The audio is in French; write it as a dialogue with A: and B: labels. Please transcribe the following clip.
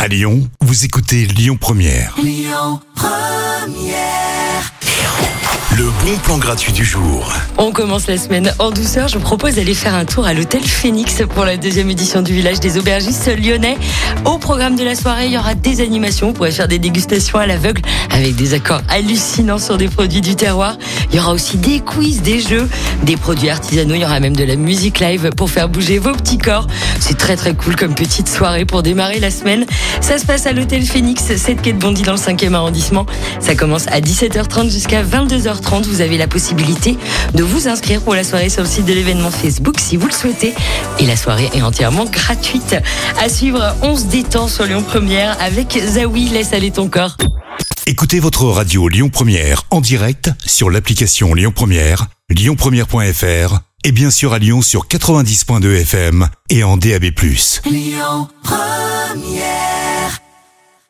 A: À Lyon, vous écoutez Lyon Première.
B: Lyon Première.
A: Le bon plan gratuit du jour.
C: On commence la semaine en douceur. Je vous propose d'aller faire un tour à l'hôtel Phoenix pour la deuxième édition du village des aubergistes lyonnais. Au programme de la soirée, il y aura des animations. Vous pourrez faire des dégustations à l'aveugle avec des accords hallucinants sur des produits du terroir. Il y aura aussi des quiz, des jeux, des produits artisanaux. Il y aura même de la musique live pour faire bouger vos petits corps. C'est très très cool comme petite soirée pour démarrer la semaine. Ça se passe à l'hôtel Phoenix, 7 quai de Bondy dans le 5e arrondissement. Ça commence à 17h30 jusqu'à 22h30. Vous avez la possibilité de vous inscrire pour la soirée sur le site de l'événement Facebook si vous le souhaitez. Et la soirée est entièrement gratuite. À suivre, on se détend sur Lyon Première avec Zawi, laisse aller ton corps.
A: Écoutez votre radio Lyon Première en direct sur l'application Lyon Première, lyonpremière.fr et bien sûr à Lyon sur 90.2 FM et en DAB+.
B: Lyon Première.